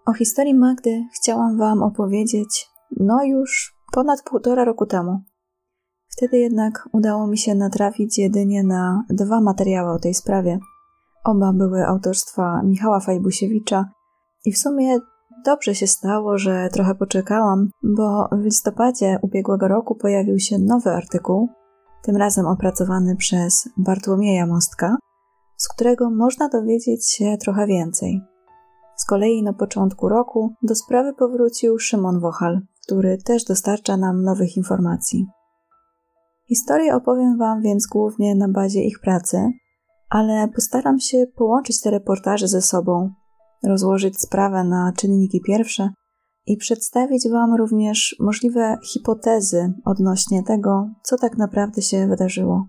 O historii Magdy chciałam Wam opowiedzieć już ponad 1,5 roku temu. Wtedy jednak udało mi się natrafić jedynie na 2 materiały o tej sprawie. Oba były autorstwa Michała Fajbusiewicza i w sumie dobrze się stało, że trochę poczekałam, bo w listopadzie ubiegłego roku pojawił się nowy artykuł, tym razem opracowany przez Bartłomieja Mostka, z którego można dowiedzieć się trochę więcej. Z kolei na początku roku do sprawy powrócił Szymon Wochal, który też dostarcza nam nowych informacji. Historię opowiem Wam więc głównie na bazie ich pracy, ale postaram się połączyć te reportaże ze sobą, rozłożyć sprawę na czynniki pierwsze i przedstawić Wam również możliwe hipotezy odnośnie tego, co tak naprawdę się wydarzyło.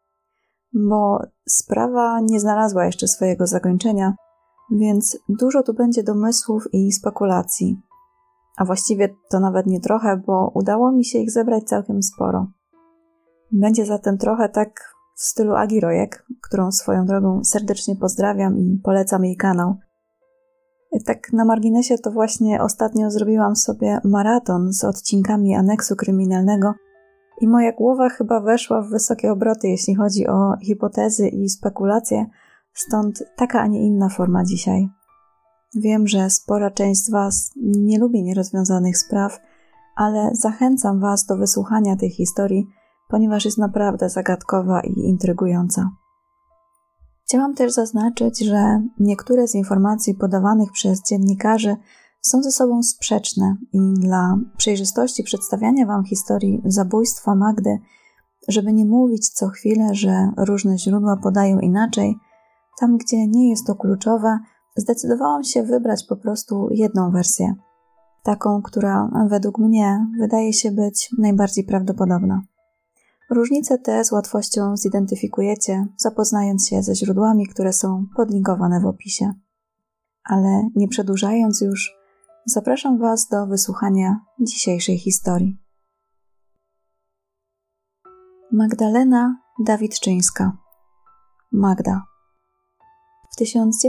Bo sprawa nie znalazła jeszcze swojego zakończenia, więc dużo tu będzie domysłów i spekulacji. A właściwie to nawet nie trochę, bo udało mi się ich zebrać całkiem sporo. Będzie zatem trochę tak w stylu Agi Rojek, którą swoją drogą serdecznie pozdrawiam i polecam jej kanał. Tak na marginesie to właśnie ostatnio zrobiłam sobie maraton z odcinkami aneksu kryminalnego i moja głowa chyba weszła w wysokie obroty, jeśli chodzi o hipotezy i spekulacje, stąd taka, a nie inna forma dzisiaj. Wiem, że spora część z Was nie lubi nierozwiązanych spraw, ale zachęcam Was do wysłuchania tej historii, ponieważ jest naprawdę zagadkowa i intrygująca. Chciałam też zaznaczyć, że niektóre z informacji podawanych przez dziennikarzy są ze sobą sprzeczne i dla przejrzystości przedstawiania Wam historii zabójstwa Magdy, żeby nie mówić co chwilę, że różne źródła podają inaczej, tam gdzie nie jest to kluczowe, zdecydowałam się wybrać po prostu jedną wersję, taką, która według mnie wydaje się być najbardziej prawdopodobna. Różnice te z łatwością zidentyfikujecie, zapoznając się ze źródłami, które są podlinkowane w opisie. Ale nie przedłużając już, zapraszam Was do wysłuchania dzisiejszej historii. Magdalena Dawidczyńska. Magda. W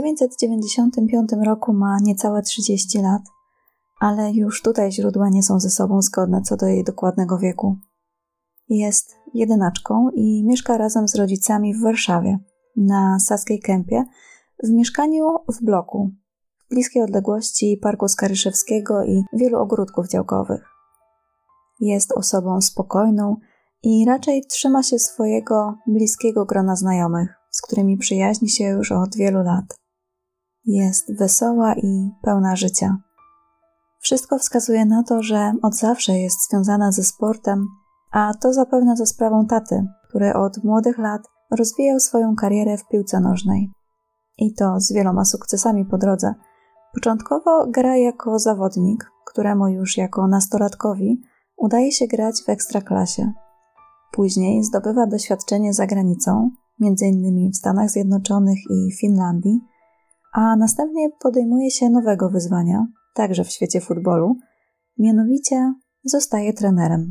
1995 roku ma niecałe 30 lat, ale już tutaj źródła nie są ze sobą zgodne co do jej dokładnego wieku. Jest jedynaczką i mieszka razem z rodzicami w Warszawie, na Saskiej Kępie, w mieszkaniu w bloku, w bliskiej odległości Parku Skaryszewskiego i wielu ogródków działkowych. Jest osobą spokojną i raczej trzyma się swojego bliskiego grona znajomych, z którymi przyjaźni się już od wielu lat. Jest wesoła i pełna życia. Wszystko wskazuje na to, że od zawsze jest związana ze sportem, a to zapewne za sprawą taty, który od młodych lat rozwijał swoją karierę w piłce nożnej. I to z wieloma sukcesami po drodze. Początkowo gra jako zawodnik, któremu już jako nastolatkowi udaje się grać w ekstraklasie. Później zdobywa doświadczenie za granicą, m.in. w Stanach Zjednoczonych i Finlandii, a następnie podejmuje się nowego wyzwania, także w świecie futbolu, mianowicie zostaje trenerem.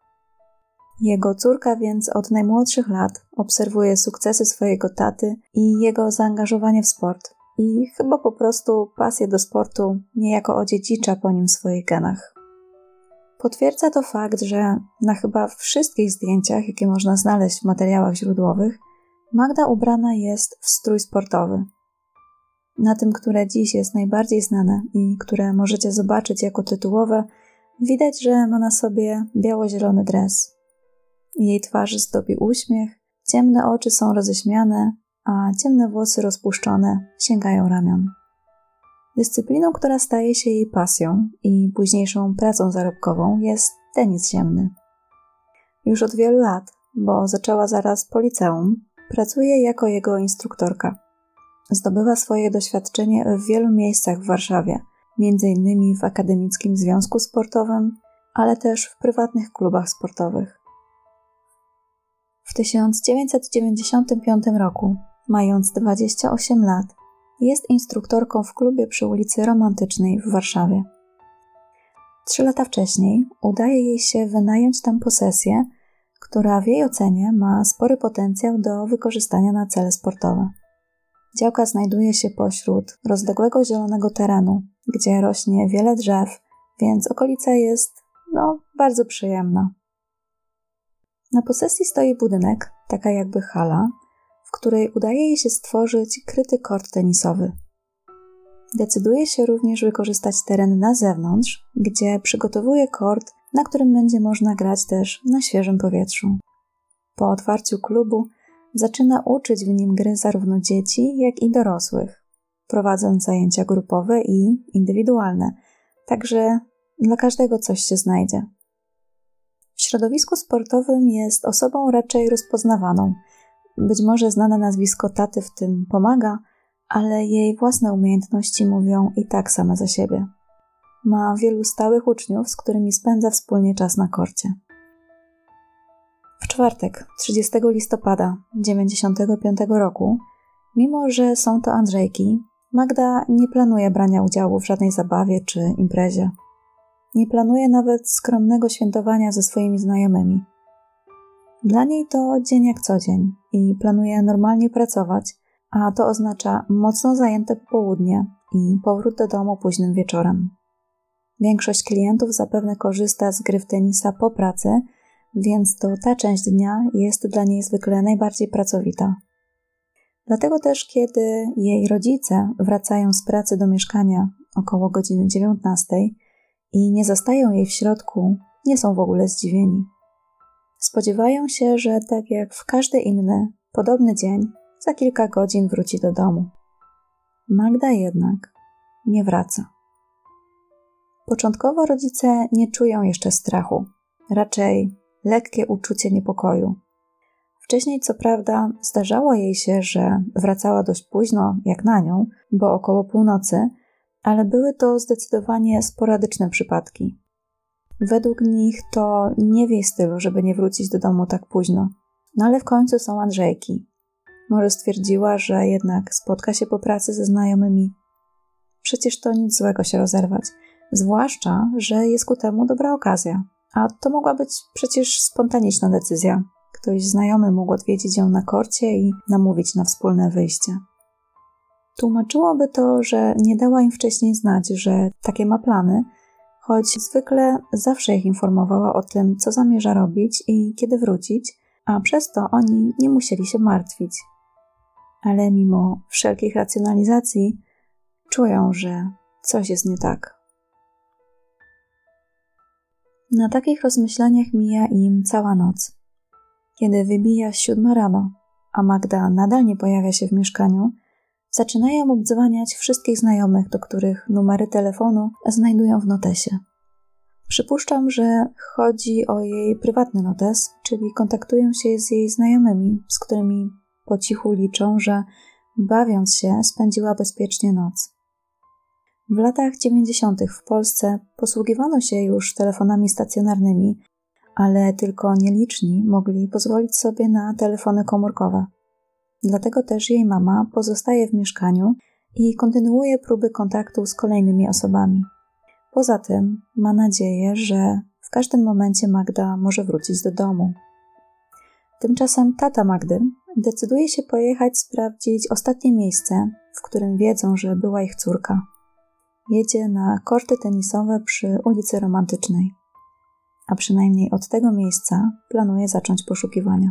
Jego córka więc od najmłodszych lat obserwuje sukcesy swojego taty i jego zaangażowanie w sport i chyba po prostu pasję do sportu niejako odziedzicza po nim w swoich genach. Potwierdza to fakt, że na chyba wszystkich zdjęciach, jakie można znaleźć w materiałach źródłowych, Magda ubrana jest w strój sportowy. Na tym, które dziś jest najbardziej znane i które możecie zobaczyć jako tytułowe, widać, że ma na sobie biało-zielony dres. Jej twarz zdobi uśmiech, ciemne oczy są roześmiane, a ciemne włosy rozpuszczone sięgają ramion. Dyscypliną, która staje się jej pasją i późniejszą pracą zarobkową, jest tenis ziemny. Już od wielu lat, bo zaczęła zaraz po liceum, pracuje jako jego instruktorka. Zdobywa swoje doświadczenie w wielu miejscach w Warszawie, m.in. w Akademickim Związku Sportowym, ale też w prywatnych klubach sportowych. W 1995 roku, mając 28 lat, jest instruktorką w klubie przy ulicy Romantycznej w Warszawie. 3 lata wcześniej udaje jej się wynająć tam posesję, która w jej ocenie ma spory potencjał do wykorzystania na cele sportowe. Działka znajduje się pośród rozległego zielonego terenu, gdzie rośnie wiele drzew, więc okolica jest, bardzo przyjemna. Na posesji stoi budynek, taka jakby hala, w której udaje jej się stworzyć kryty kort tenisowy. Decyduje się również wykorzystać teren na zewnątrz, gdzie przygotowuje kort, na którym będzie można grać też na świeżym powietrzu. Po otwarciu klubu zaczyna uczyć w nim gry zarówno dzieci, jak i dorosłych, prowadząc zajęcia grupowe i indywidualne, także dla każdego coś się znajdzie. W środowisku sportowym jest osobą raczej rozpoznawaną. Być może znane nazwisko taty w tym pomaga, ale jej własne umiejętności mówią i tak same za siebie. Ma wielu stałych uczniów, z którymi spędza wspólnie czas na korcie. W czwartek, 30 listopada 1995 roku, mimo że są to Andrzejki, Magda nie planuje brania udziału w żadnej zabawie czy imprezie. Nie planuje nawet skromnego świętowania ze swoimi znajomymi. Dla niej to dzień jak co dzień i planuje normalnie pracować, a to oznacza mocno zajęte popołudnie i powrót do domu późnym wieczorem. Większość klientów zapewne korzysta z gry w tenisa po pracy, więc to ta część dnia jest dla niej zwykle najbardziej pracowita. Dlatego też, kiedy jej rodzice wracają z pracy do mieszkania około godziny 19 i nie zostają jej w środku, nie są w ogóle zdziwieni. Spodziewają się, że tak jak w każdy inny, podobny dzień, za kilka godzin wróci do domu. Magda jednak nie wraca. Początkowo rodzice nie czują jeszcze strachu, raczej lekkie uczucie niepokoju. Wcześniej co prawda zdarzało jej się, że wracała dość późno, jak na nią, bo około północy, ale były to zdecydowanie sporadyczne przypadki. Według nich to nie w jej stylu, żeby nie wrócić do domu tak późno. No ale w końcu są Andrzejki. Może stwierdziła, że jednak spotka się po pracy ze znajomymi. Przecież to nic złego się rozerwać, zwłaszcza, że jest ku temu dobra okazja. A to mogła być przecież spontaniczna decyzja. Ktoś znajomy mógł odwiedzić ją na korcie i namówić na wspólne wyjście. Tłumaczyłoby to, że nie dała im wcześniej znać, że takie ma plany, choć zwykle zawsze ich informowała o tym, co zamierza robić i kiedy wrócić, a przez to oni nie musieli się martwić. Ale mimo wszelkich racjonalizacji czują, że coś jest nie tak. Na takich rozmyślaniach mija im cała noc. Kiedy wybija 7 rano, a Magda nadal nie pojawia się w mieszkaniu, zaczynają obdzwaniać wszystkich znajomych, do których numery telefonu znajdują w notesie. Przypuszczam, że chodzi o jej prywatny notes, czyli kontaktują się z jej znajomymi, z którymi po cichu liczą, że bawiąc się spędziła bezpiecznie noc. W latach 90. w Polsce posługiwano się już telefonami stacjonarnymi, ale tylko nieliczni mogli pozwolić sobie na telefony komórkowe. Dlatego też jej mama pozostaje w mieszkaniu i kontynuuje próby kontaktu z kolejnymi osobami. Poza tym ma nadzieję, że w każdym momencie Magda może wrócić do domu. Tymczasem tata Magdy decyduje się pojechać sprawdzić ostatnie miejsce, w którym wiedzą, że była ich córka. Jedzie na korty tenisowe przy ulicy Romantycznej. A przynajmniej od tego miejsca planuje zacząć poszukiwania.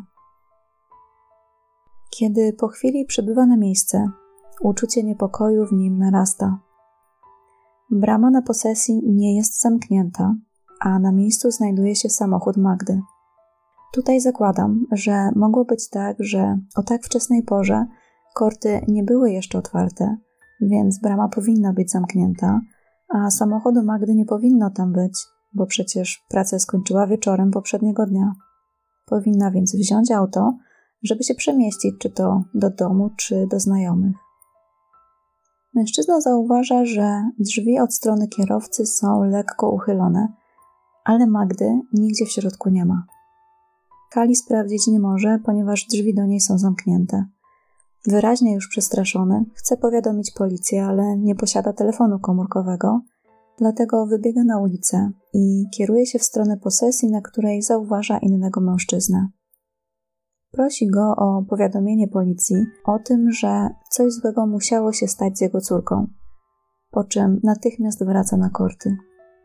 Kiedy po chwili przybywa na miejsce, uczucie niepokoju w nim narasta. Brama na posesji nie jest zamknięta, a na miejscu znajduje się samochód Magdy. Tutaj zakładam, że mogło być tak, że o tak wczesnej porze korty nie były jeszcze otwarte, więc brama powinna być zamknięta, a samochodu Magdy nie powinno tam być, bo przecież pracę skończyła wieczorem poprzedniego dnia. Powinna więc wziąć auto, żeby się przemieścić czy to do domu, czy do znajomych. Mężczyzna zauważa, że drzwi od strony kierowcy są lekko uchylone, ale Magdy nigdzie w środku nie ma. Kali sprawdzić nie może, ponieważ drzwi do niej są zamknięte. Wyraźnie już przestraszony, chce powiadomić policję, ale nie posiada telefonu komórkowego, dlatego wybiega na ulicę i kieruje się w stronę posesji, na której zauważa innego mężczyznę. Prosi go o powiadomienie policji o tym, że coś złego musiało się stać z jego córką, po czym natychmiast wraca na korty.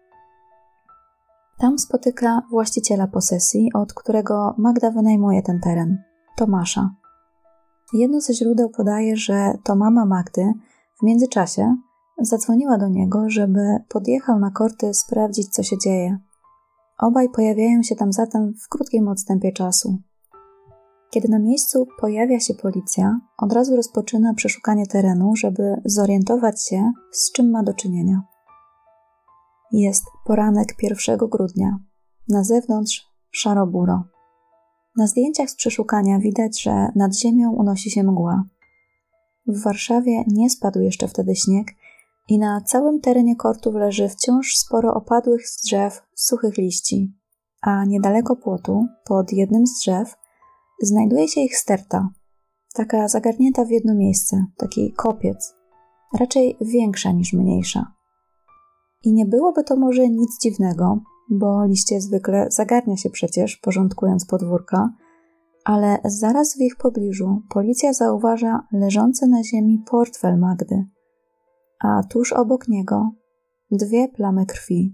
Tam spotyka właściciela posesji, od którego Magda wynajmuje ten teren, Tomasza. Jedno ze źródeł podaje, że to mama Magdy w międzyczasie zadzwoniła do niego, żeby podjechał na korty sprawdzić, co się dzieje. Obaj pojawiają się tam zatem w krótkim odstępie czasu. Kiedy na miejscu pojawia się policja, od razu rozpoczyna przeszukanie terenu, żeby zorientować się, z czym ma do czynienia. Jest poranek 1 grudnia. Na zewnątrz szaro-buro. Na zdjęciach z przeszukania widać, że nad ziemią unosi się mgła. W Warszawie nie spadł jeszcze wtedy śnieg i na całym terenie kortów leży wciąż sporo opadłych z drzew, suchych liści, a niedaleko płotu, pod jednym z drzew, znajduje się ich sterta, taka zagarnięta w jedno miejsce, taki kopiec, raczej większa niż mniejsza. I nie byłoby to może nic dziwnego, bo liście zwykle zagarnia się przecież, porządkując podwórka, ale zaraz w ich pobliżu policja zauważa leżący na ziemi portfel Magdy, a tuż obok niego 2 plamy krwi.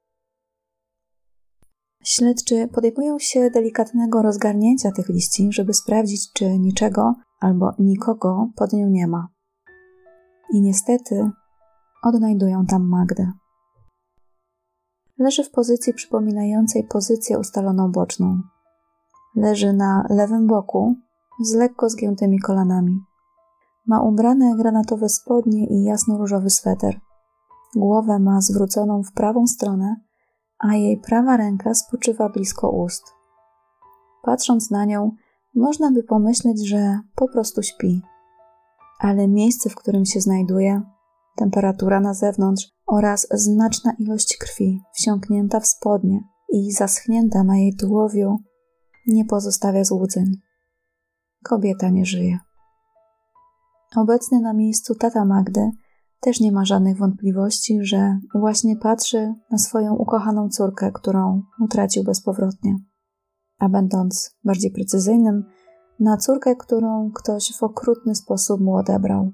Śledczy podejmują się delikatnego rozgarnięcia tych liści, żeby sprawdzić, czy niczego albo nikogo pod nią nie ma. I niestety odnajdują tam Magdę. Leży w pozycji przypominającej pozycję ustaloną boczną. Leży na lewym boku z lekko zgiętymi kolanami. Ma ubrane granatowe spodnie i jasno-różowy sweter. Głowę ma zwróconą w prawą stronę, a jej prawa ręka spoczywa blisko ust. Patrząc na nią, można by pomyśleć, że po prostu śpi. Ale miejsce, w którym się znajduje, temperatura na zewnątrz oraz znaczna ilość krwi wsiąknięta w spodnie i zaschnięta na jej tułowiu nie pozostawia złudzeń. Kobieta nie żyje. Obecny na miejscu tata Magdy też nie ma żadnych wątpliwości, że właśnie patrzy na swoją ukochaną córkę, którą utracił bezpowrotnie. A będąc bardziej precyzyjnym, na córkę, którą ktoś w okrutny sposób mu odebrał.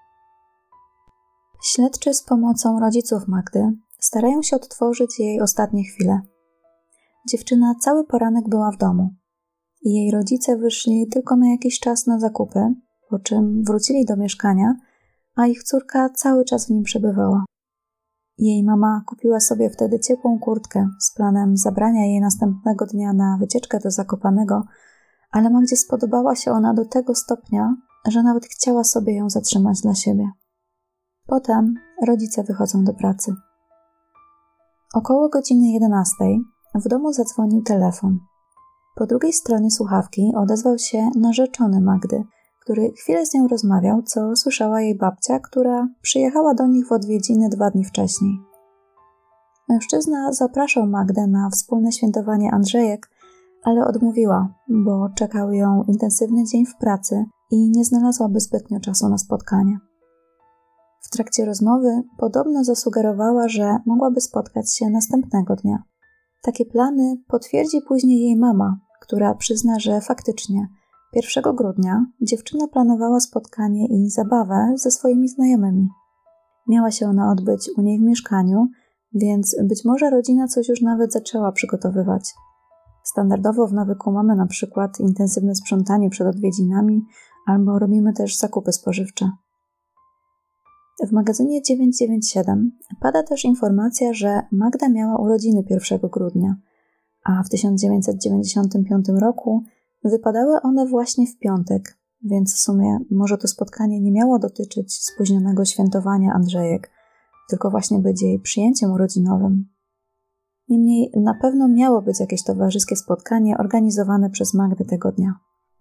Śledczy z pomocą rodziców Magdy starają się odtworzyć jej ostatnie chwile. Dziewczyna cały poranek była w domu. Jej rodzice wyszli tylko na jakiś czas na zakupy, po czym wrócili do mieszkania, a ich córka cały czas w nim przebywała. Jej mama kupiła sobie wtedy ciepłą kurtkę z planem zabrania jej następnego dnia na wycieczkę do Zakopanego, ale Magdzie spodobała się ona do tego stopnia, że nawet chciała sobie ją zatrzymać dla siebie. Potem rodzice wychodzą do pracy. Około godziny 11 w domu zadzwonił telefon. Po drugiej stronie słuchawki odezwał się narzeczony Magdy, który chwilę z nią rozmawiał, co słyszała jej babcia, która przyjechała do nich w odwiedziny 2 dni wcześniej. Mężczyzna zapraszał Magdę na wspólne świętowanie Andrzejek, ale odmówiła, bo czekał ją intensywny dzień w pracy i nie znalazłaby zbytnio czasu na spotkanie. W trakcie rozmowy podobno zasugerowała, że mogłaby spotkać się następnego dnia. Takie plany potwierdzi później jej mama, która przyzna, że faktycznie 1 grudnia dziewczyna planowała spotkanie i zabawę ze swoimi znajomymi. Miała się ona odbyć u niej w mieszkaniu, więc być może rodzina coś już nawet zaczęła przygotowywać. Standardowo w nawyku mamy na przykład intensywne sprzątanie przed odwiedzinami albo robimy też zakupy spożywcze. W magazynie 997 pada też informacja, że Magda miała urodziny 1 grudnia, a w 1995 roku wypadały one właśnie w piątek, więc w sumie może to spotkanie nie miało dotyczyć spóźnionego świętowania Andrzejek, tylko właśnie być jej przyjęciem urodzinowym. Niemniej na pewno miało być jakieś towarzyskie spotkanie organizowane przez Magdę tego dnia.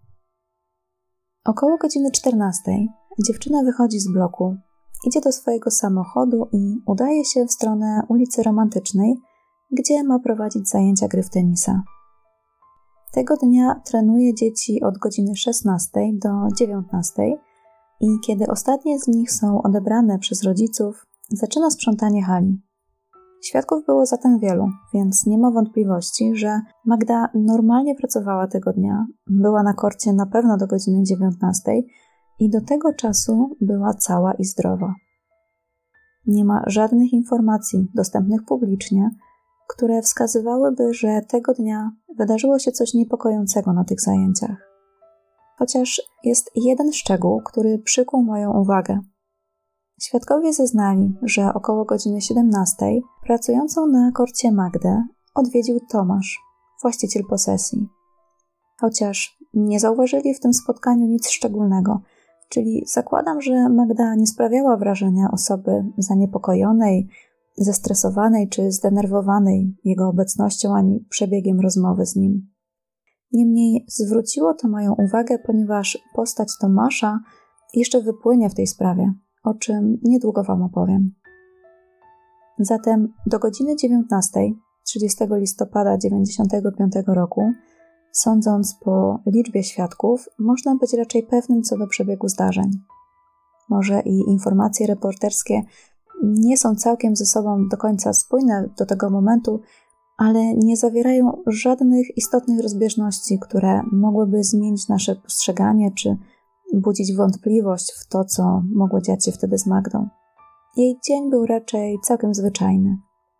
Około godziny 14 dziewczyna wychodzi z bloku, idzie do swojego samochodu i udaje się w stronę ulicy Romantycznej, gdzie ma prowadzić zajęcia gry w tenisa. Tego dnia trenuje dzieci od godziny 16 do 19 i kiedy ostatnie z nich są odebrane przez rodziców, zaczyna sprzątanie hali. Świadków było zatem wielu, więc nie ma wątpliwości, że Magda normalnie pracowała tego dnia, była na korcie na pewno do godziny 19 i do tego czasu była cała i zdrowa. Nie ma żadnych informacji dostępnych publicznie, które wskazywałyby, że tego dnia wydarzyło się coś niepokojącego na tych zajęciach. Chociaż jest jeden szczegół, który przykuł moją uwagę. Świadkowie zeznali, że około godziny 17 pracującą na korcie Magdę odwiedził Tomasz, właściciel posesji. Chociaż nie zauważyli w tym spotkaniu nic szczególnego, czyli zakładam, że Magda nie sprawiała wrażenia osoby zaniepokojonej, zestresowanej czy zdenerwowanej jego obecnością ani przebiegiem rozmowy z nim. Niemniej zwróciło to moją uwagę, ponieważ postać Tomasza jeszcze wypłynie w tej sprawie, o czym niedługo Wam opowiem. Zatem do godziny 19, 30 listopada 1995 roku, sądząc po liczbie świadków, można być raczej pewnym co do przebiegu zdarzeń. Może i informacje reporterskie nie są całkiem ze sobą do końca spójne do tego momentu, ale nie zawierają żadnych istotnych rozbieżności, które mogłyby zmienić nasze postrzeganie czy budzić wątpliwość w to, co mogło dziać się wtedy z Magdą. Jej dzień był raczej całkiem zwyczajny.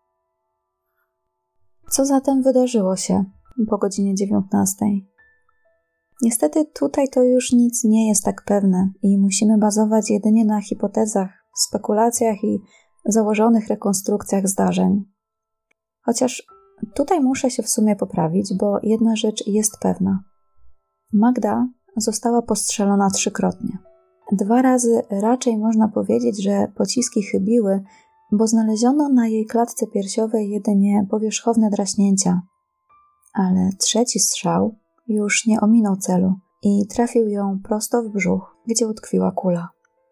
Co zatem wydarzyło się po godzinie 19? Niestety tutaj to już nic nie jest tak pewne i musimy bazować jedynie na hipotezach, spekulacjach i założonych rekonstrukcjach zdarzeń. Chociaż tutaj muszę się w sumie poprawić, bo jedna rzecz jest pewna. Magda została postrzelona 3-krotnie. 2 razy raczej można powiedzieć, że pociski chybiły, bo znaleziono na jej klatce piersiowej jedynie powierzchowne draśnięcia. Ale 3. strzał już nie ominął celu i trafił ją prosto w brzuch, gdzie utkwiła kula.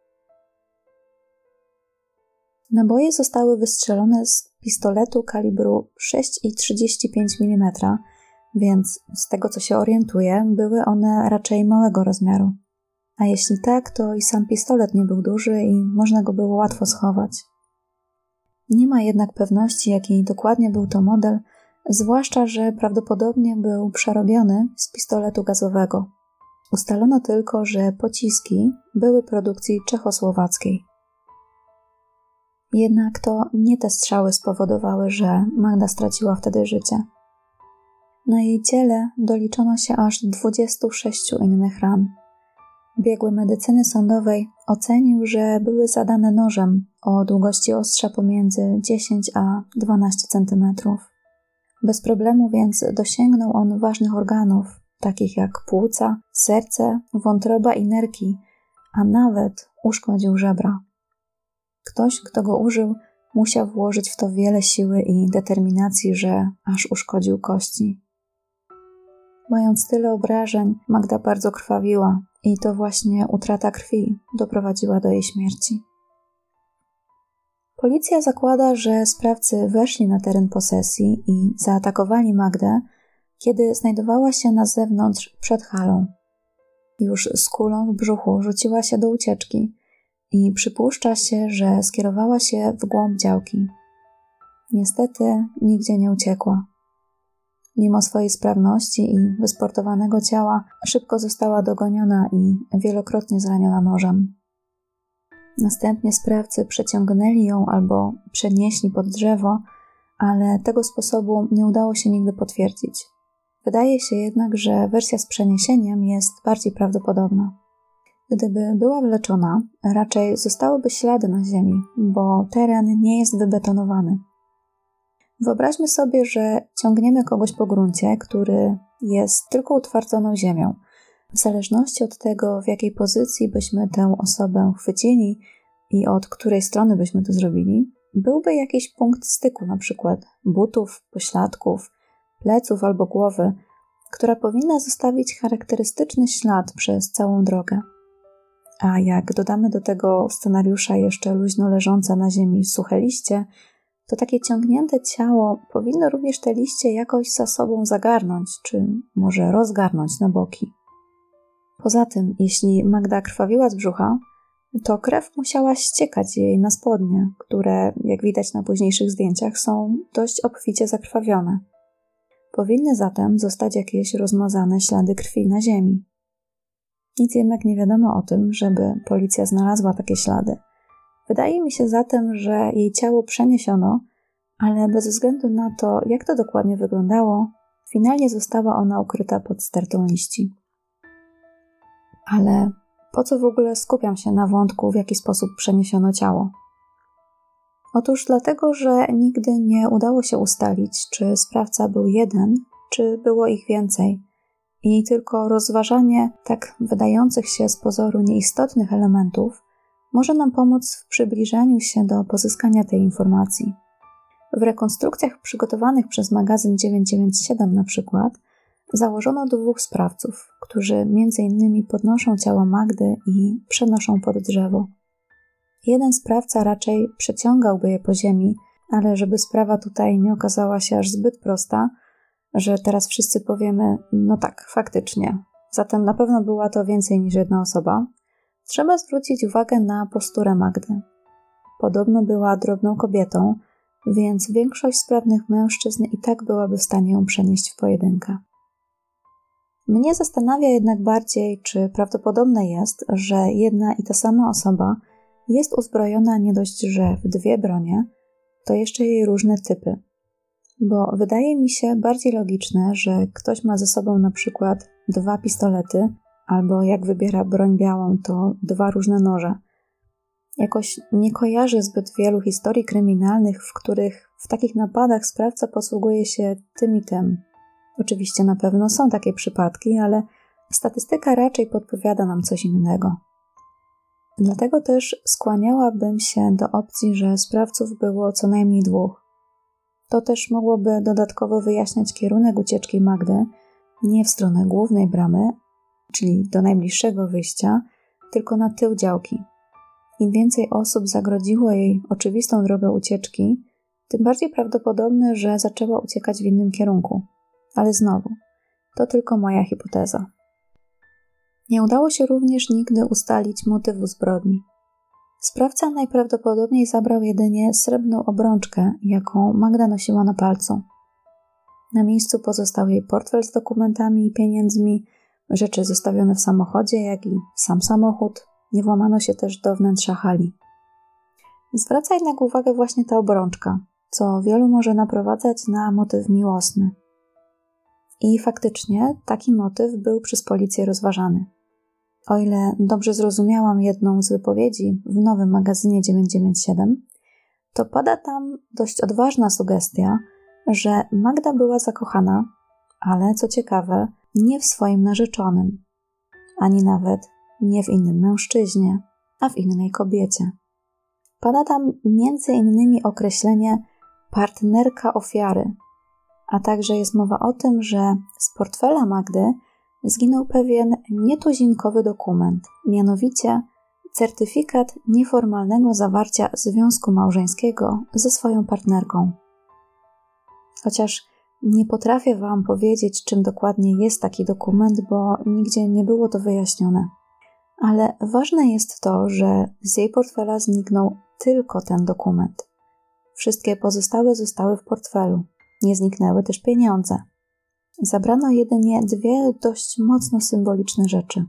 Naboje zostały wystrzelone z pistoletu kalibru 6,35 mm, więc z tego co się orientuję, były one raczej małego rozmiaru. A jeśli tak, to i sam pistolet nie był duży i można go było łatwo schować. Nie ma jednak pewności, jaki dokładnie był to model, zwłaszcza, że prawdopodobnie był przerobiony z pistoletu gazowego. Ustalono tylko, że pociski były produkcji czechosłowackiej. Jednak to nie te strzały spowodowały, że Magda straciła wtedy życie. Na jej ciele doliczono się aż 26 innych ran. Biegły medycyny sądowej ocenił, że były zadane nożem o długości ostrza pomiędzy 10 a 12 cm. Bez problemu więc dosięgnął on ważnych organów, takich jak płuca, serce, wątroba i nerki, a nawet uszkodził żebra. Ktoś, kto go użył, musiał włożyć w to wiele siły i determinacji, że aż uszkodził kości. Mając tyle obrażeń, Magda bardzo krwawiła i to właśnie utrata krwi doprowadziła do jej śmierci. Policja zakłada, że sprawcy weszli na teren posesji i zaatakowali Magdę, kiedy znajdowała się na zewnątrz przed halą. Już z kulą w brzuchu rzuciła się do ucieczki i przypuszcza się, że skierowała się w głąb działki. Niestety nigdzie nie uciekła. Mimo swojej sprawności i wysportowanego ciała szybko została dogoniona i wielokrotnie zraniona nożem. Następnie sprawcy przeciągnęli ją albo przenieśli pod drzewo, ale tego sposobu nie udało się nigdy potwierdzić. Wydaje się jednak, że wersja z przeniesieniem jest bardziej prawdopodobna. Gdyby była wleczona, raczej zostałyby ślady na ziemi, bo teren nie jest wybetonowany. Wyobraźmy sobie, że ciągniemy kogoś po gruncie, który jest tylko utwardzoną ziemią. W zależności od tego, w jakiej pozycji byśmy tę osobę chwycili i od której strony byśmy to zrobili, byłby jakiś punkt styku, na przykład butów, pośladków, pleców albo głowy, która powinna zostawić charakterystyczny ślad przez całą drogę. A jak dodamy do tego scenariusza jeszcze luźno leżące na ziemi suche liście, to takie ciągnięte ciało powinno również te liście jakoś za sobą zagarnąć, czy może rozgarnąć na boki. Poza tym, jeśli Magda krwawiła z brzucha, to krew musiała ściekać jej na spodnie, które, jak widać na późniejszych zdjęciach, są dość obficie zakrwawione. Powinny zatem zostać jakieś rozmazane ślady krwi na ziemi. Nic jednak nie wiadomo o tym, żeby policja znalazła takie ślady. Wydaje mi się zatem, że jej ciało przeniesiono, ale bez względu na to, jak to dokładnie wyglądało, finalnie została ona ukryta pod stertą liści. Ale po co w ogóle skupiam się na wątku, w jaki sposób przeniesiono ciało? Otóż dlatego, że nigdy nie udało się ustalić, czy sprawca był jeden, czy było ich więcej. I tylko rozważanie tak wydających się z pozoru nieistotnych elementów może nam pomóc w przybliżeniu się do pozyskania tej informacji. W rekonstrukcjach przygotowanych przez magazyn 997 na przykład założono 2 sprawców, którzy m.in. podnoszą ciało Magdy i przenoszą pod drzewo. Jeden sprawca raczej przeciągałby je po ziemi, ale żeby sprawa tutaj nie okazała się aż zbyt prosta, że teraz wszyscy powiemy, no tak, faktycznie, zatem na pewno była to więcej niż jedna osoba, trzeba zwrócić uwagę na posturę Magdy. Podobno była drobną kobietą, więc większość sprawnych mężczyzn i tak byłaby w stanie ją przenieść w pojedynkę. Mnie zastanawia jednak bardziej, czy prawdopodobne jest, że jedna i ta sama osoba jest uzbrojona nie dość, że w 2 bronie, to jeszcze jej różne typy. Bo wydaje mi się bardziej logiczne, że ktoś ma ze sobą na przykład 2 pistolety, albo jak wybiera broń białą, to 2 różne noże. Jakoś nie kojarzę zbyt wielu historii kryminalnych, w których w takich napadach sprawca posługuje się tym i tym. Oczywiście na pewno są takie przypadki, ale statystyka raczej podpowiada nam coś innego. Dlatego też skłaniałabym się do opcji, że sprawców było co najmniej 2. To też mogłoby dodatkowo wyjaśniać kierunek ucieczki Magdy nie w stronę głównej bramy, czyli do najbliższego wyjścia, tylko na tył działki. Im więcej osób zagrodziło jej oczywistą drogę ucieczki, tym bardziej prawdopodobne, że zaczęła uciekać w innym kierunku. Ale znowu, to tylko moja hipoteza. Nie udało się również nigdy ustalić motywu zbrodni. Sprawca najprawdopodobniej zabrał jedynie srebrną obrączkę, jaką Magda nosiła na palcu. Na miejscu pozostał jej portfel z dokumentami i pieniędzmi, rzeczy zostawione w samochodzie, jak i sam samochód. Nie włamano się też do wnętrza hali. Zwraca jednak uwagę właśnie ta obrączka, co wielu może naprowadzać na motyw miłosny. I faktycznie taki motyw był przez policję rozważany. O ile dobrze zrozumiałam jedną z wypowiedzi w nowym magazynie 997, to pada tam dość odważna sugestia, że Magda była zakochana, ale co ciekawe, nie w swoim narzeczonym, ani nawet nie w innym mężczyźnie, a w innej kobiecie. Pada tam m.in. określenie partnerka ofiary, a także jest mowa o tym, że z portfela Magdy zginął pewien nietuzinkowy dokument, mianowicie certyfikat nieformalnego zawarcia związku małżeńskiego ze swoją partnerką. Chociaż nie potrafię Wam powiedzieć, czym dokładnie jest taki dokument, bo nigdzie nie było to wyjaśnione. Ale ważne jest to, że z jej portfela zniknął tylko ten dokument. Wszystkie pozostałe zostały w portfelu. Nie zniknęły też pieniądze. Zabrano jedynie 2 dość mocno symboliczne rzeczy.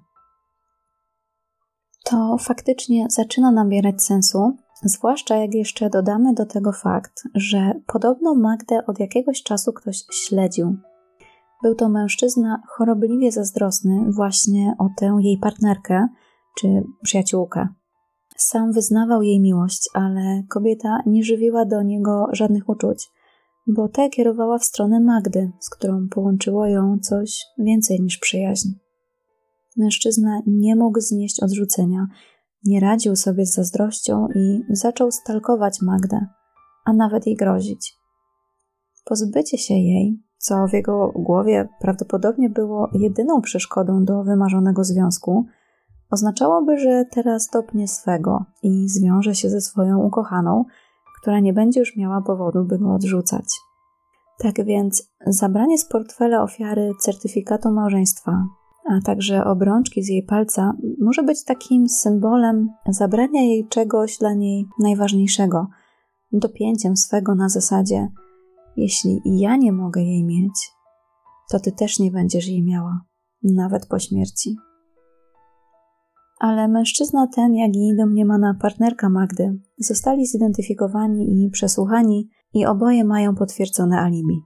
To faktycznie zaczyna nabierać sensu, zwłaszcza jak jeszcze dodamy do tego fakt, że podobno Magdę od jakiegoś czasu ktoś śledził. Był to mężczyzna chorobliwie zazdrosny właśnie o tę jej partnerkę czy przyjaciółkę. Sam wyznawał jej miłość, ale kobieta nie żywiła do niego żadnych uczuć, bo te kierowała w stronę Magdy, z którą połączyło ją coś więcej niż przyjaźń. Mężczyzna nie mógł znieść odrzucenia, nie radził sobie z zazdrością i zaczął stalkować Magdę, a nawet jej grozić. Pozbycie się jej, co w jego głowie prawdopodobnie było jedyną przeszkodą do wymarzonego związku, oznaczałoby, że teraz dopnie swego i zwiąże się ze swoją ukochaną, która nie będzie już miała powodu, by go odrzucać. Tak więc zabranie z portfela ofiary certyfikatu małżeństwa, a także obrączki z jej palca może być takim symbolem zabrania jej czegoś dla niej najważniejszego, dopięciem swego na zasadzie: jeśli ja nie mogę jej mieć, to ty też nie będziesz jej miała, nawet po śmierci. ale mężczyzna ten, jak i domniemana partnerka Magdy zostali zidentyfikowani i przesłuchani i oboje mają potwierdzone alibi.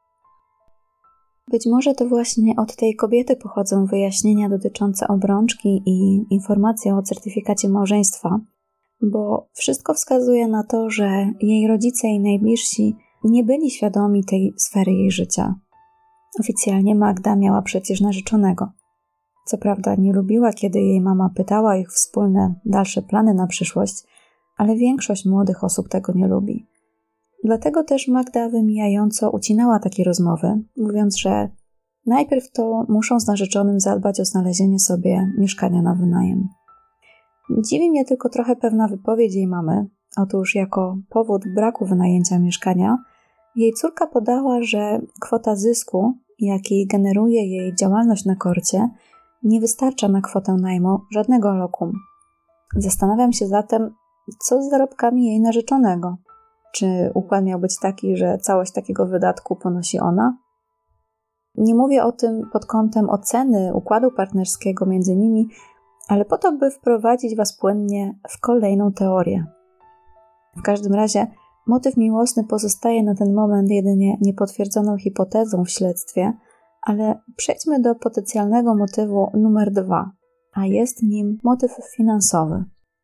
Być może to właśnie od tej kobiety pochodzą wyjaśnienia dotyczące obrączki i informacja o certyfikacie małżeństwa, bo wszystko wskazuje na to, że jej rodzice i najbliżsi nie byli świadomi tej sfery jej życia. Oficjalnie Magda miała przecież narzeczonego. Co prawda nie lubiła, kiedy jej mama pytała ich wspólne dalsze plany na przyszłość, ale większość młodych osób tego nie lubi. Dlatego też Magda wymijająco ucinała takie rozmowy, mówiąc, że najpierw to muszą z narzeczonym zadbać o znalezienie sobie mieszkania na wynajem. Dziwi mnie tylko trochę pewna wypowiedź jej mamy. Otóż jako powód braku wynajęcia mieszkania jej córka podała, że kwota zysku, jaki generuje jej działalność na korcie, nie wystarcza na kwotę najmu żadnego lokum. Zastanawiam się zatem, co z zarobkami jej narzeczonego. Czy układ miał być taki, że całość takiego wydatku ponosi ona? Nie mówię o tym pod kątem oceny układu partnerskiego między nimi, ale po to, by wprowadzić Was płynnie w kolejną teorię. W każdym razie motyw miłosny pozostaje na ten moment jedynie niepotwierdzoną hipotezą w śledztwie, ale przejdźmy do potencjalnego motywu numer 2, a jest nim motyw finansowy.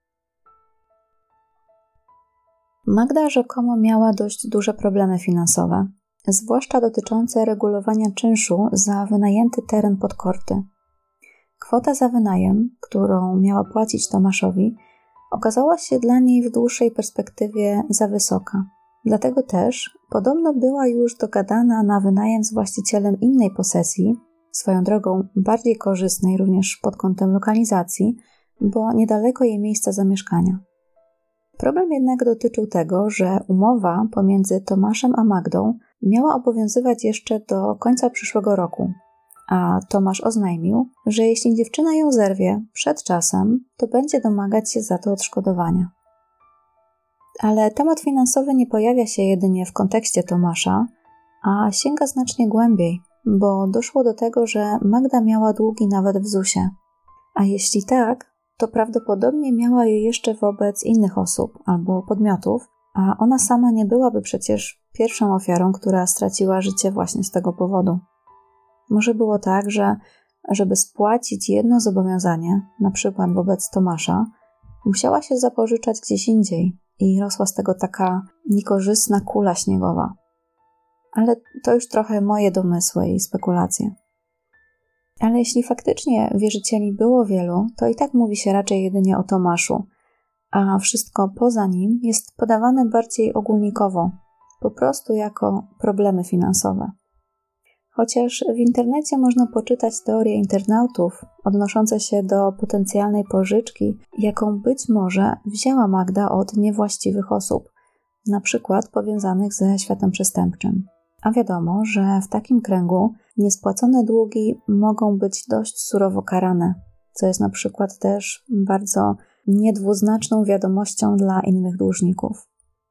Magda rzekomo miała dość duże problemy finansowe, zwłaszcza dotyczące regulowania czynszu za wynajęty teren pod korty. Kwota za wynajem, którą miała płacić Tomaszowi, okazała się dla niej w dłuższej perspektywie za wysoka. Dlatego też podobno była już dogadana na wynajem z właścicielem innej posesji, swoją drogą bardziej korzystnej również pod kątem lokalizacji, bo niedaleko jej miejsca zamieszkania. Problem jednak dotyczył tego, że umowa pomiędzy Tomaszem a Magdą miała obowiązywać jeszcze do końca przyszłego roku, a Tomasz oznajmił, że jeśli dziewczyna ją zerwie przed czasem, to będzie domagać się za to odszkodowania. Ale temat finansowy nie pojawia się jedynie w kontekście Tomasza, a sięga znacznie głębiej, bo doszło do tego, że Magda miała długi nawet w ZUS-ie. A jeśli tak, to prawdopodobnie miała je jeszcze wobec innych osób albo podmiotów, a ona sama nie byłaby przecież pierwszą ofiarą, która straciła życie właśnie z tego powodu. Może było tak, że żeby spłacić jedno zobowiązanie, na przykład wobec Tomasza, musiała się zapożyczać gdzieś indziej i rosła z tego taka niekorzystna kula śniegowa. Ale to już trochę moje domysły i spekulacje. Ale jeśli faktycznie wierzycieli było wielu, to i tak mówi się raczej jedynie o Tomaszu, a wszystko poza nim jest podawane bardziej ogólnikowo, po prostu jako problemy finansowe. Chociaż w internecie można poczytać teorie internautów odnoszące się do potencjalnej pożyczki, jaką być może wzięła Magda od niewłaściwych osób, na przykład powiązanych ze światem przestępczym. A wiadomo, że w takim kręgu niespłacone długi mogą być dość surowo karane, co jest na przykład też bardzo niedwuznaczną wiadomością dla innych dłużników.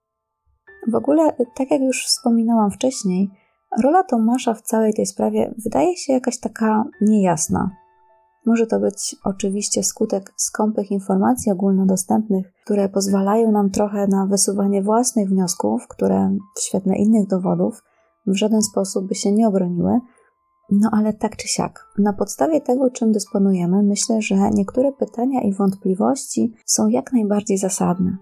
W ogóle, tak jak już wspominałam wcześniej, rola Tomasza w całej tej sprawie wydaje się jakaś taka niejasna. Może to być oczywiście skutek skąpych informacji ogólnodostępnych, które pozwalają nam trochę na wysuwanie własnych wniosków, które w świetle innych dowodów w żaden sposób by się nie obroniły. No ale tak czy siak, na podstawie tego, czym dysponujemy, myślę, że niektóre pytania i wątpliwości są jak najbardziej zasadne.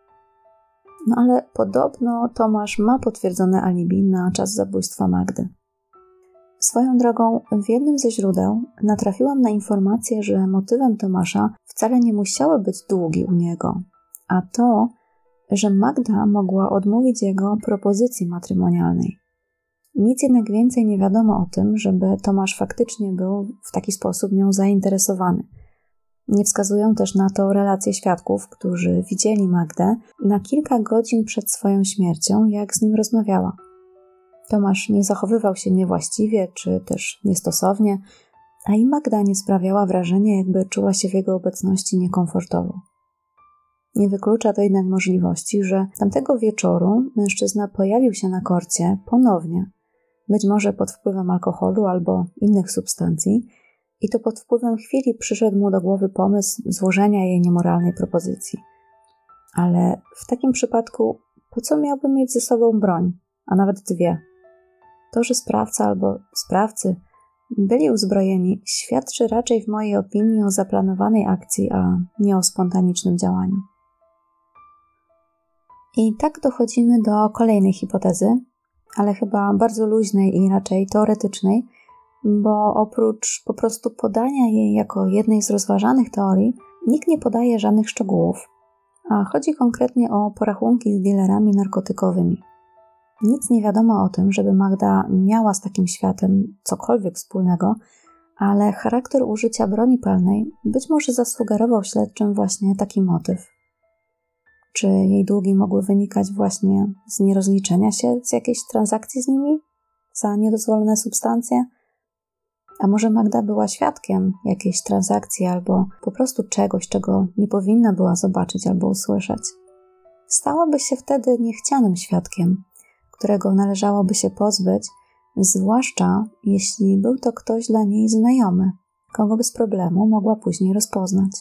No ale podobno Tomasz ma potwierdzone alibi na czas zabójstwa Magdy. Swoją drogą, w jednym ze źródeł natrafiłam na informację, że motywem Tomasza wcale nie musiały być długi u niego, a to, że Magda mogła odmówić jego propozycji matrymonialnej. Nic jednak więcej nie wiadomo o tym, żeby Tomasz faktycznie był w taki sposób nią zainteresowany. Nie wskazują też na to relacje świadków, którzy widzieli Magdę na kilka godzin przed swoją śmiercią, jak z nim rozmawiała. Tomasz nie zachowywał się niewłaściwie, czy też niestosownie, a i Magda nie sprawiała wrażenia, jakby czuła się w jego obecności niekomfortowo. Nie wyklucza to jednak możliwości, że tamtego wieczoru mężczyzna pojawił się na korcie ponownie, być może pod wpływem alkoholu albo innych substancji, i to pod wpływem chwili przyszedł mu do głowy pomysł złożenia jej niemoralnej propozycji. Ale w takim przypadku po co miałby mieć ze sobą broń, a nawet dwie? To, że sprawca albo sprawcy byli uzbrojeni, świadczy raczej w mojej opinii o zaplanowanej akcji, a nie o spontanicznym działaniu. I tak dochodzimy do kolejnej hipotezy, ale chyba bardzo luźnej i raczej teoretycznej, bo oprócz po prostu podania jej jako jednej z rozważanych teorii, nikt nie podaje żadnych szczegółów, a chodzi konkretnie o porachunki z dealerami narkotykowymi. Nic nie wiadomo o tym, żeby Magda miała z takim światem cokolwiek wspólnego, ale charakter użycia broni palnej być może zasugerował śledczym właśnie taki motyw. Czy jej długi mogły wynikać właśnie z nierozliczenia się z jakiejś transakcji z nimi za niedozwolone substancje? A może Magda była świadkiem jakiejś transakcji albo po prostu czegoś, czego nie powinna była zobaczyć albo usłyszeć? Stałaby się wtedy niechcianym świadkiem, którego należałoby się pozbyć, zwłaszcza jeśli był to ktoś dla niej znajomy, kogo bez problemu mogła później rozpoznać.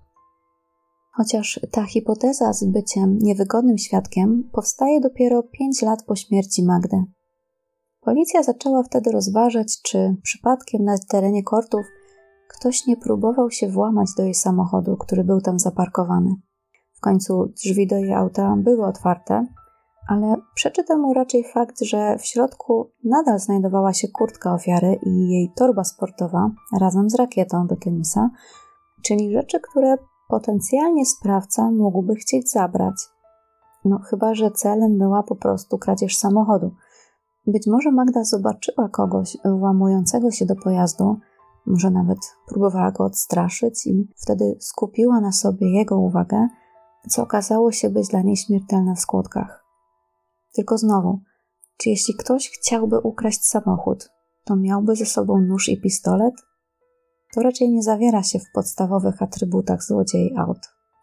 Chociaż ta hipoteza z byciem niewygodnym świadkiem powstaje dopiero 5 lat po śmierci Magdy. Policja zaczęła wtedy rozważać, czy przypadkiem na terenie Kortów ktoś nie próbował się włamać do jej samochodu, który był tam zaparkowany. W końcu drzwi do jej auta były otwarte, ale przeczy temu raczej fakt, że w środku nadal znajdowała się kurtka ofiary i jej torba sportowa razem z rakietą do tenisa, czyli rzeczy, które potencjalnie sprawca mógłby chcieć zabrać. No chyba że celem była po prostu kradzież samochodu. Być może Magda zobaczyła kogoś włamującego się do pojazdu, może nawet próbowała go odstraszyć i wtedy skupiła na sobie jego uwagę, co okazało się być dla niej śmiertelne w skutkach. Tylko znowu, czy jeśli ktoś chciałby ukraść samochód, to miałby ze sobą nóż i pistolet? To raczej nie zawiera się w podstawowych atrybutach złodziei aut.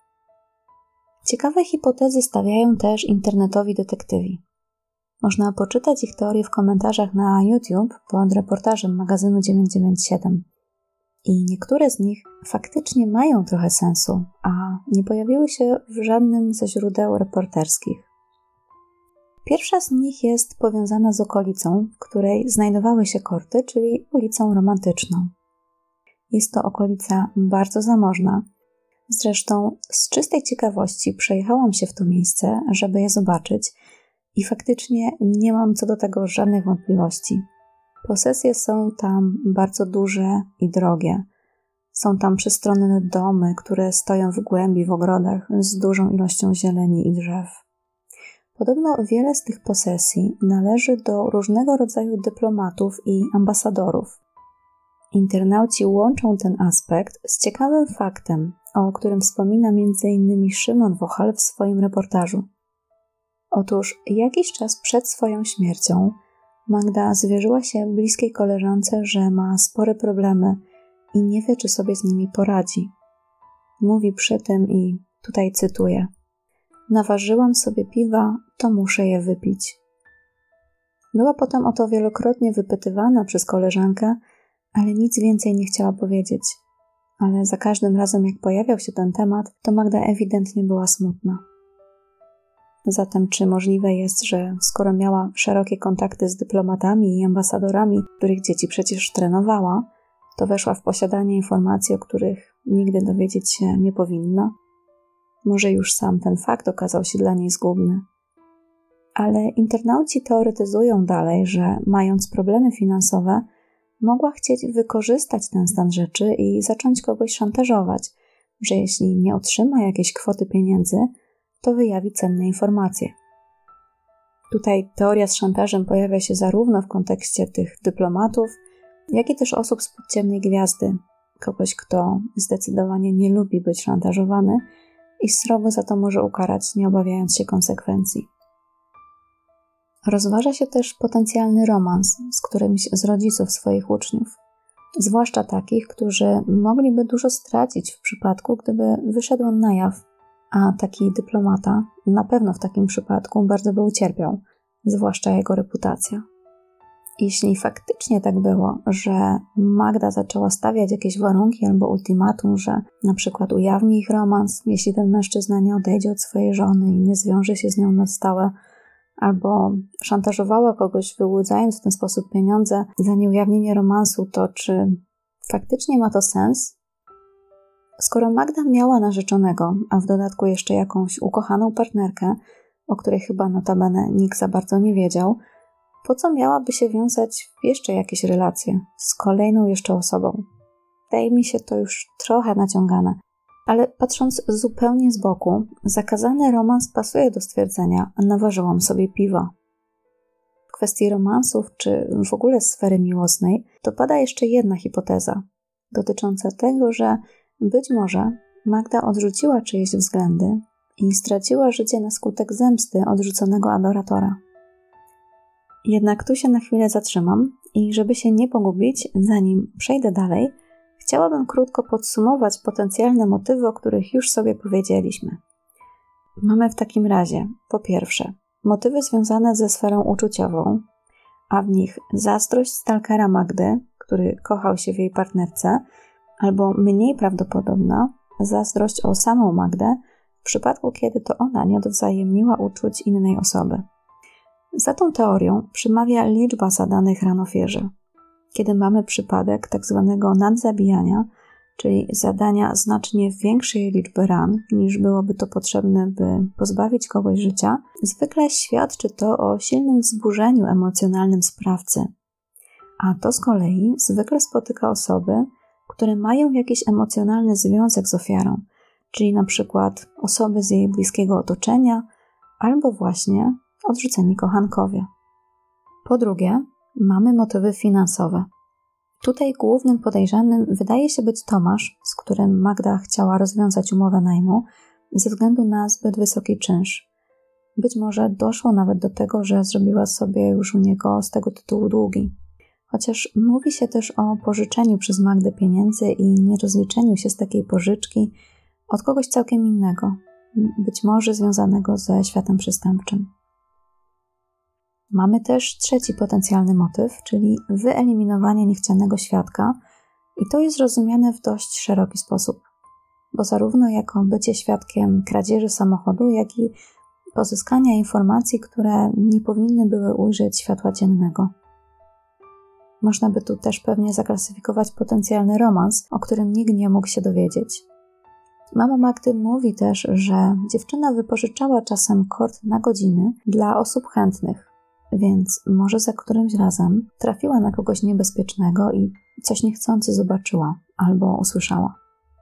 Ciekawe hipotezy stawiają też internetowi detektywi. Można poczytać ich teorie w komentarzach na YouTube pod reportażem magazynu 997. I niektóre z nich faktycznie mają trochę sensu, a nie pojawiły się w żadnym ze źródeł reporterskich. Pierwsza z nich jest powiązana z okolicą, w której znajdowały się Korty, czyli ulicą Romantyczną. Jest to okolica bardzo zamożna. Zresztą z czystej ciekawości przejechałam się w to miejsce, żeby je zobaczyć i faktycznie nie mam co do tego żadnych wątpliwości. Posesje są tam bardzo duże i drogie. Są tam przestronne domy, które stoją w głębi w ogrodach z dużą ilością zieleni i drzew. Podobno wiele z tych posesji należy do różnego rodzaju dyplomatów i ambasadorów. Internauci łączą ten aspekt z ciekawym faktem, o którym wspomina m.in. Szymon Wochal w swoim reportażu. Otóż jakiś czas przed swoją śmiercią Magda zwierzyła się bliskiej koleżance, że ma spore problemy i nie wie, czy sobie z nimi poradzi. Mówi przy tym i tutaj cytuję: naważyłam sobie piwa, to muszę je wypić. Była potem o to wielokrotnie wypytywana przez koleżankę, ale nic więcej nie chciała powiedzieć. Ale za każdym razem, jak pojawiał się ten temat, to Magda ewidentnie była smutna. Zatem czy możliwe jest, że skoro miała szerokie kontakty z dyplomatami i ambasadorami, których dzieci przecież trenowała, to weszła w posiadanie informacji, o których nigdy dowiedzieć się nie powinna? Może już sam ten fakt okazał się dla niej zgubny. Ale internauci teoretyzują dalej, że mając problemy finansowe, mogła chcieć wykorzystać ten stan rzeczy i zacząć kogoś szantażować, że jeśli nie otrzyma jakiejś kwoty pieniędzy, to wyjawi cenne informacje. Tutaj teoria z szantażem pojawia się zarówno w kontekście tych dyplomatów, jak i też osób z ciemnej gwiazdy, kogoś, kto zdecydowanie nie lubi być szantażowany i srogo za to może ukarać, nie obawiając się konsekwencji. Rozważa się też potencjalny romans z którymś z rodziców swoich uczniów, zwłaszcza takich, którzy mogliby dużo stracić w przypadku, gdyby wyszedł on na jaw, a taki dyplomata na pewno w takim przypadku bardzo by ucierpiał, zwłaszcza jego reputacja. Jeśli faktycznie tak było, że Magda zaczęła stawiać jakieś warunki albo ultimatum, że na przykład ujawni ich romans, jeśli ten mężczyzna nie odejdzie od swojej żony i nie zwiąże się z nią na stałe, albo szantażowała kogoś, wyłudzając w ten sposób pieniądze za nieujawnienie romansu, to czy faktycznie ma to sens? Skoro Magda miała narzeczonego, a w dodatku jeszcze jakąś ukochaną partnerkę, o której chyba notabene nikt za bardzo nie wiedział, po co miałaby się wiązać w jeszcze jakieś relacje z kolejną jeszcze osobą? Wydaje mi się to już trochę naciągane, ale patrząc zupełnie z boku, zakazany romans pasuje do stwierdzenia naważyłam sobie piwa. W kwestii romansów czy w ogóle sfery miłosnej dopada jeszcze jedna hipoteza dotycząca tego, że być może Magda odrzuciła czyjeś względy i straciła życie na skutek zemsty odrzuconego adoratora. Jednak tu się na chwilę zatrzymam i żeby się nie pogubić, zanim przejdę dalej, chciałabym krótko podsumować potencjalne motywy, o których już sobie powiedzieliśmy. Mamy w takim razie, po pierwsze, motywy związane ze sferą uczuciową, a w nich zazdrość stalkera Magdy, który kochał się w jej partnerce, albo mniej prawdopodobna, zazdrość o samą Magdę, w przypadku kiedy to ona nie odwzajemniła uczuć innej osoby. Za tą teorią przemawia liczba zadanych ran ofierze. Kiedy mamy przypadek tzw. nadzabijania, czyli zadania znacznie większej liczby ran, niż byłoby to potrzebne, by pozbawić kogoś życia, zwykle świadczy to o silnym wzburzeniu emocjonalnym sprawcy. A to z kolei zwykle spotyka osoby, które mają jakiś emocjonalny związek z ofiarą, czyli na przykład osoby z jej bliskiego otoczenia albo właśnie odrzuceni kochankowie. Po drugie, mamy motywy finansowe. Tutaj głównym podejrzanym wydaje się być Tomasz, z którym Magda chciała rozwiązać umowę najmu ze względu na zbyt wysoki czynsz. Być może doszło nawet do tego, że zrobiła sobie już u niego z tego tytułu długi. Chociaż mówi się też o pożyczeniu przez Magdę pieniędzy i nierozliczeniu się z takiej pożyczki od kogoś całkiem innego, być może związanego ze światem przestępczym. Mamy też trzeci potencjalny motyw, czyli wyeliminowanie niechcianego świadka i to jest rozumiane w dość szeroki sposób, bo zarówno jako bycie świadkiem kradzieży samochodu, jak i pozyskania informacji, które nie powinny były ujrzeć światła dziennego. Można by tu też pewnie zaklasyfikować potencjalny romans, o którym nikt nie mógł się dowiedzieć. Mama Magdy mówi też, że dziewczyna wypożyczała czasem kort na godziny dla osób chętnych, więc może za którymś razem trafiła na kogoś niebezpiecznego i coś niechcący zobaczyła albo usłyszała.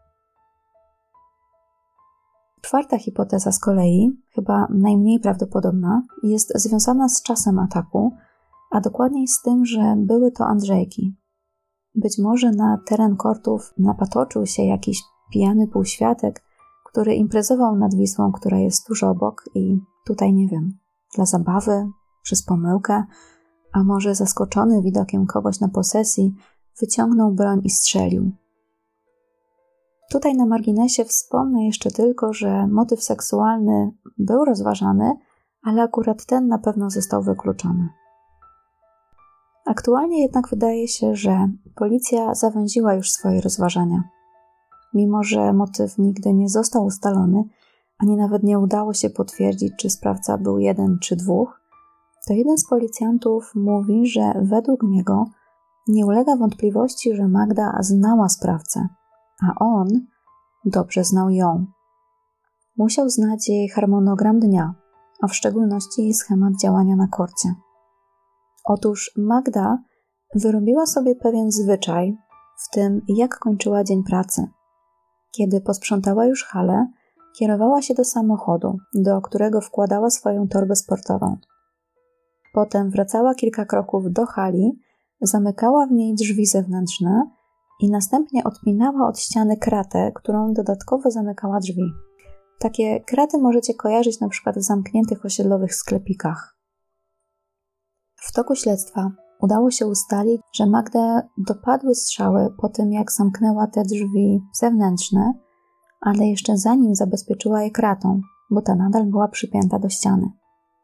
Czwarta hipoteza z kolei, chyba najmniej prawdopodobna, jest związana z czasem ataku, a dokładniej z tym, że były to Andrzejki. Być może na teren kortów napatoczył się jakiś pijany półświatek, który imprezował nad Wisłą, która jest tuż obok i tutaj nie wiem, dla zabawy, przez pomyłkę, a może zaskoczony widokiem kogoś na posesji, wyciągnął broń i strzelił. Tutaj na marginesie wspomnę jeszcze tylko, że motyw seksualny był rozważany, ale akurat ten na pewno został wykluczony. Aktualnie jednak wydaje się, że policja zawęziła już swoje rozważania. Mimo że motyw nigdy nie został ustalony, ani nawet nie udało się potwierdzić, czy sprawca był jeden czy dwóch, to jeden z policjantów mówi, że według niego nie ulega wątpliwości, że Magda znała sprawcę, a on dobrze znał ją. Musiał znać jej harmonogram dnia, a w szczególności jej schemat działania na korcie. Otóż Magda wyrobiła sobie pewien zwyczaj w tym, jak kończyła dzień pracy. Kiedy posprzątała już halę, kierowała się do samochodu, do którego wkładała swoją torbę sportową. Potem wracała kilka kroków do hali, zamykała w niej drzwi zewnętrzne i następnie odpinała od ściany kratę, którą dodatkowo zamykała drzwi. Takie kraty możecie kojarzyć na przykład w zamkniętych osiedlowych sklepikach. W toku śledztwa udało się ustalić, że Magdę dopadły strzały po tym, jak zamknęła te drzwi zewnętrzne, ale jeszcze zanim zabezpieczyła je kratą, bo ta nadal była przypięta do ściany.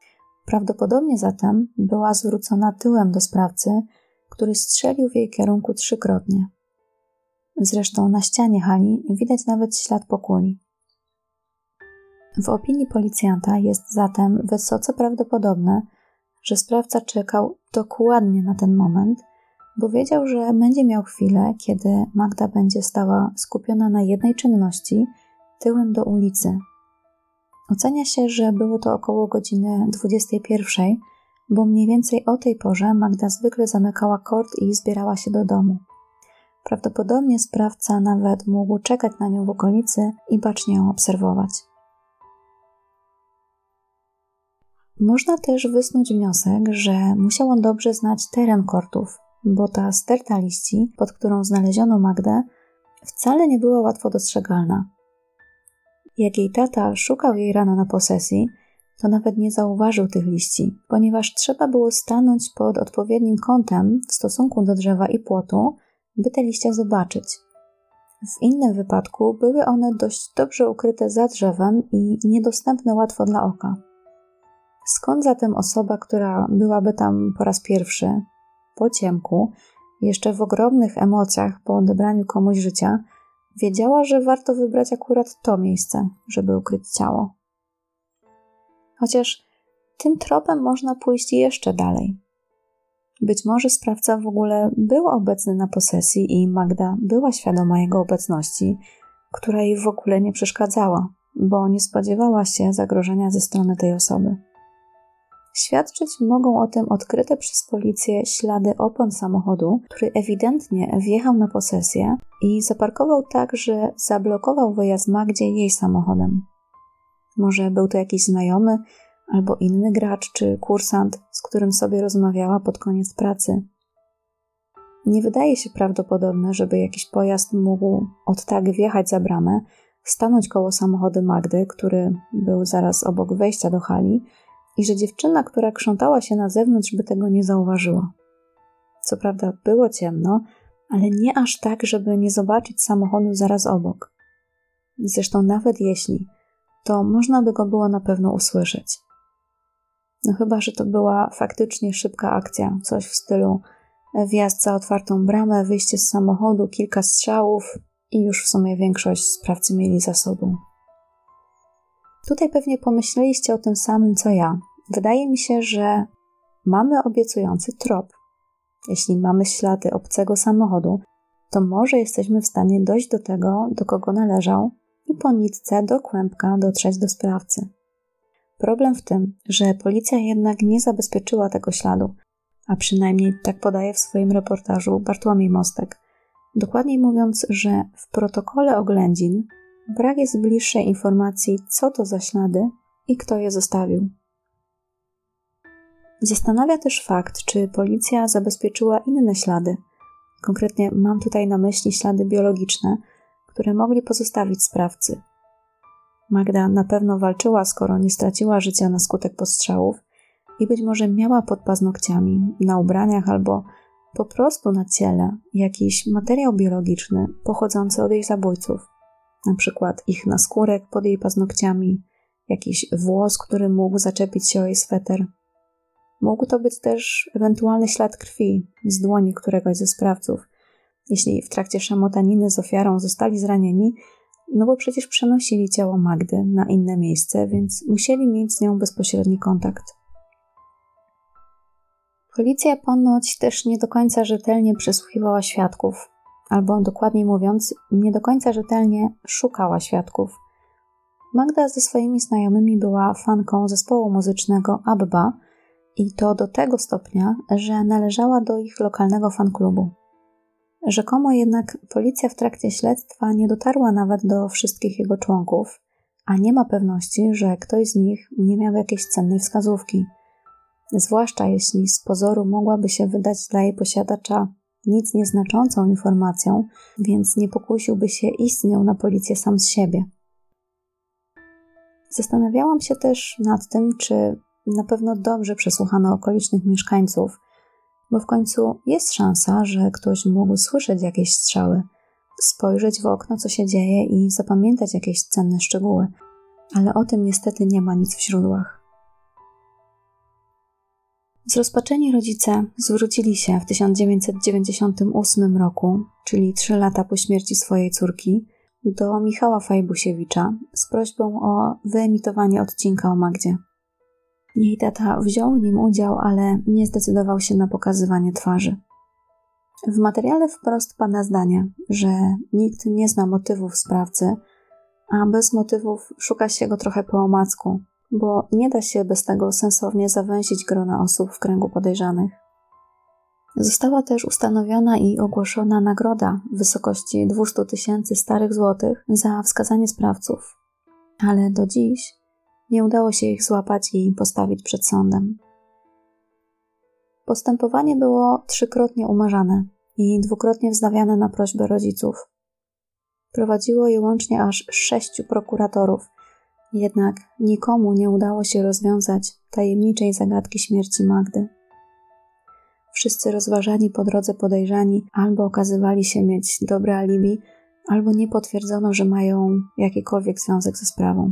Prawdopodobnie zatem była zwrócona tyłem do sprawcy, który strzelił w jej kierunku 3-krotnie. Zresztą na ścianie hali widać nawet ślad po kuli. W opinii policjanta jest zatem wysoce prawdopodobne, że sprawca czekał dokładnie na ten moment, bo wiedział, że będzie miał chwilę, kiedy Magda będzie stała skupiona na jednej czynności, tyłem do ulicy. Ocenia się, że było to około godziny 21, bo mniej więcej o tej porze Magda zwykle zamykała kort i zbierała się do domu. Prawdopodobnie sprawca nawet mógł czekać na nią w okolicy i bacznie ją obserwować. Można też wysnuć wniosek, że musiał on dobrze znać teren kortów, bo ta sterta liści, pod którą znaleziono Magdę, wcale nie była łatwo dostrzegalna. Jak jej tata szukał jej rano na posesji, to nawet nie zauważył tych liści, ponieważ trzeba było stanąć pod odpowiednim kątem w stosunku do drzewa i płotu, by te liście zobaczyć. W innym wypadku były one dość dobrze ukryte za drzewem i niedostępne łatwo dla oka. Skąd zatem osoba, która byłaby tam po raz pierwszy, po ciemku, jeszcze w ogromnych emocjach po odebraniu komuś życia, wiedziała, że warto wybrać akurat to miejsce, żeby ukryć ciało? Chociaż tym tropem można pójść jeszcze dalej. Być może sprawca w ogóle był obecny na posesji i Magda była świadoma jego obecności, która jej w ogóle nie przeszkadzała, bo nie spodziewała się zagrożenia ze strony tej osoby. Świadczyć mogą o tym odkryte przez policję ślady opon samochodu, który ewidentnie wjechał na posesję i zaparkował tak, że zablokował wyjazd Magdzie jej samochodem. Może był to jakiś znajomy, albo inny gracz czy kursant, z którym sobie rozmawiała pod koniec pracy. Nie wydaje się prawdopodobne, żeby jakiś pojazd mógł od tak wjechać za bramę, stanąć koło samochodu Magdy, który był zaraz obok wejścia do hali, i że dziewczyna, która krzątała się na zewnątrz, by tego nie zauważyła. Co prawda było ciemno, ale nie aż tak, żeby nie zobaczyć samochodu zaraz obok. Zresztą nawet jeśli, to można by go było na pewno usłyszeć. No chyba, że to była faktycznie szybka akcja, coś w stylu wjazd za otwartą bramę, wyjście z samochodu, kilka strzałów i już w sumie większość sprawcy mieli za sobą. Tutaj pewnie pomyśleliście o tym samym, co ja. Wydaje mi się, że mamy obiecujący trop. Jeśli mamy ślady obcego samochodu, to może jesteśmy w stanie dojść do tego, do kogo należał i po nitce do kłębka dotrzeć do sprawcy. Problem w tym, że policja jednak nie zabezpieczyła tego śladu, a przynajmniej tak podaje w swoim reportażu Bartłomiej Mostek. Dokładniej mówiąc, że w protokole oględzin brak jest bliższej informacji, co to za ślady i kto je zostawił. Zastanawia też fakt, czy policja zabezpieczyła inne ślady. Konkretnie mam tutaj na myśli ślady biologiczne, które mogli pozostawić sprawcy. Magda na pewno walczyła, skoro nie straciła życia na skutek postrzałów i być może miała pod paznokciami, na ubraniach albo po prostu na ciele jakiś materiał biologiczny pochodzący od jej zabójców. Na przykład ich naskórek pod jej paznokciami, jakiś włos, który mógł zaczepić się o jej sweter. Mógł to być też ewentualny ślad krwi z dłoni któregoś ze sprawców, jeśli w trakcie szamotaniny z ofiarą zostali zranieni, no bo przecież przenosili ciało Magdy na inne miejsce, więc musieli mieć z nią bezpośredni kontakt. Policja ponoć też nie do końca rzetelnie przesłuchiwała świadków, albo dokładniej mówiąc, nie do końca rzetelnie szukała świadków. Magda ze swoimi znajomymi była fanką zespołu muzycznego ABBA i to do tego stopnia, że należała do ich lokalnego fanklubu. Rzekomo jednak policja w trakcie śledztwa nie dotarła nawet do wszystkich jego członków, a nie ma pewności, że ktoś z nich nie miał jakiejś cennej wskazówki. Zwłaszcza jeśli z pozoru mogłaby się wydać dla jej posiadacza nic nieznaczącą informacją, więc nie pokusiłby się iść z nią na policję sam z siebie. Zastanawiałam się też nad tym, czy na pewno dobrze przesłuchano okolicznych mieszkańców, bo w końcu jest szansa, że ktoś mógł słyszeć jakieś strzały, spojrzeć w okno, co się dzieje i zapamiętać jakieś cenne szczegóły, ale o tym niestety nie ma nic w źródłach. Zrozpaczeni rodzice zwrócili się w 1998 roku, czyli 3 lata po śmierci swojej córki, do Michała Fajbusiewicza z prośbą o wyemitowanie odcinka o Magdzie. Jej tata wziął w nim udział, ale nie zdecydował się na pokazywanie twarzy. W materiale wprost pada zdanie, że nikt nie zna motywów sprawcy, a bez motywów szuka się go trochę po omacku, bo nie da się bez tego sensownie zawęzić grona osób w kręgu podejrzanych. Została też ustanowiona i ogłoszona nagroda w wysokości 200 000 starych złotych za wskazanie sprawców, ale do dziś nie udało się ich złapać i postawić przed sądem. Postępowanie było 3-krotnie umarzane i 2-krotnie wznawiane na prośbę rodziców. Prowadziło je łącznie aż 6 prokuratorów, jednak nikomu nie udało się rozwiązać tajemniczej zagadki śmierci Magdy. Wszyscy rozważani po drodze podejrzani albo okazywali się mieć dobre alibi, albo nie potwierdzono, że mają jakikolwiek związek ze sprawą.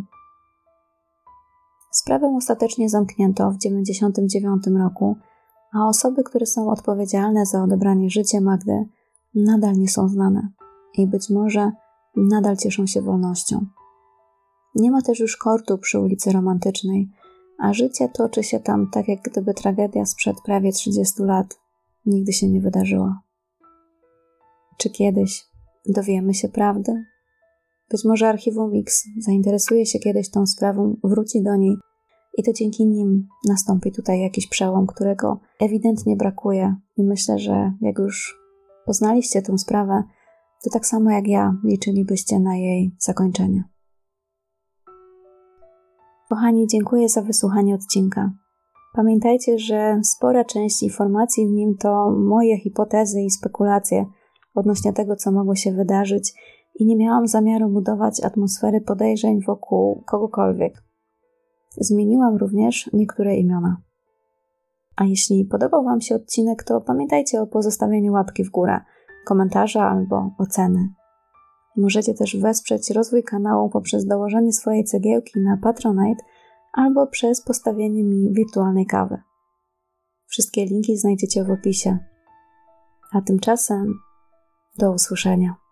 Sprawę ostatecznie zamknięto w 1999 roku, a osoby, które są odpowiedzialne za odebranie życia Magdy, nadal nie są znane i być może nadal cieszą się wolnością. Nie ma też już kortu przy ulicy Romantycznej, a życie toczy się tam tak, jak gdyby tragedia sprzed prawie 30 lat nigdy się nie wydarzyła. Czy kiedyś dowiemy się prawdy? Być może Archiwum X zainteresuje się kiedyś tą sprawą, wróci do niej i to dzięki nim nastąpi tutaj jakiś przełom, którego ewidentnie brakuje i myślę, że jak już poznaliście tę sprawę, to tak samo jak ja liczylibyście na jej zakończenie. Kochani, dziękuję za wysłuchanie odcinka. Pamiętajcie, że spora część informacji w nim to moje hipotezy i spekulacje odnośnie tego, co mogło się wydarzyć i nie miałam zamiaru budować atmosfery podejrzeń wokół kogokolwiek. Zmieniłam również niektóre imiona. A jeśli podobał Wam się odcinek, to pamiętajcie o pozostawieniu łapki w górę, komentarza albo oceny. Możecie też wesprzeć rozwój kanału poprzez dołożenie swojej cegiełki na Patronite albo przez postawienie mi wirtualnej kawy. Wszystkie linki znajdziecie w opisie. A tymczasem do usłyszenia.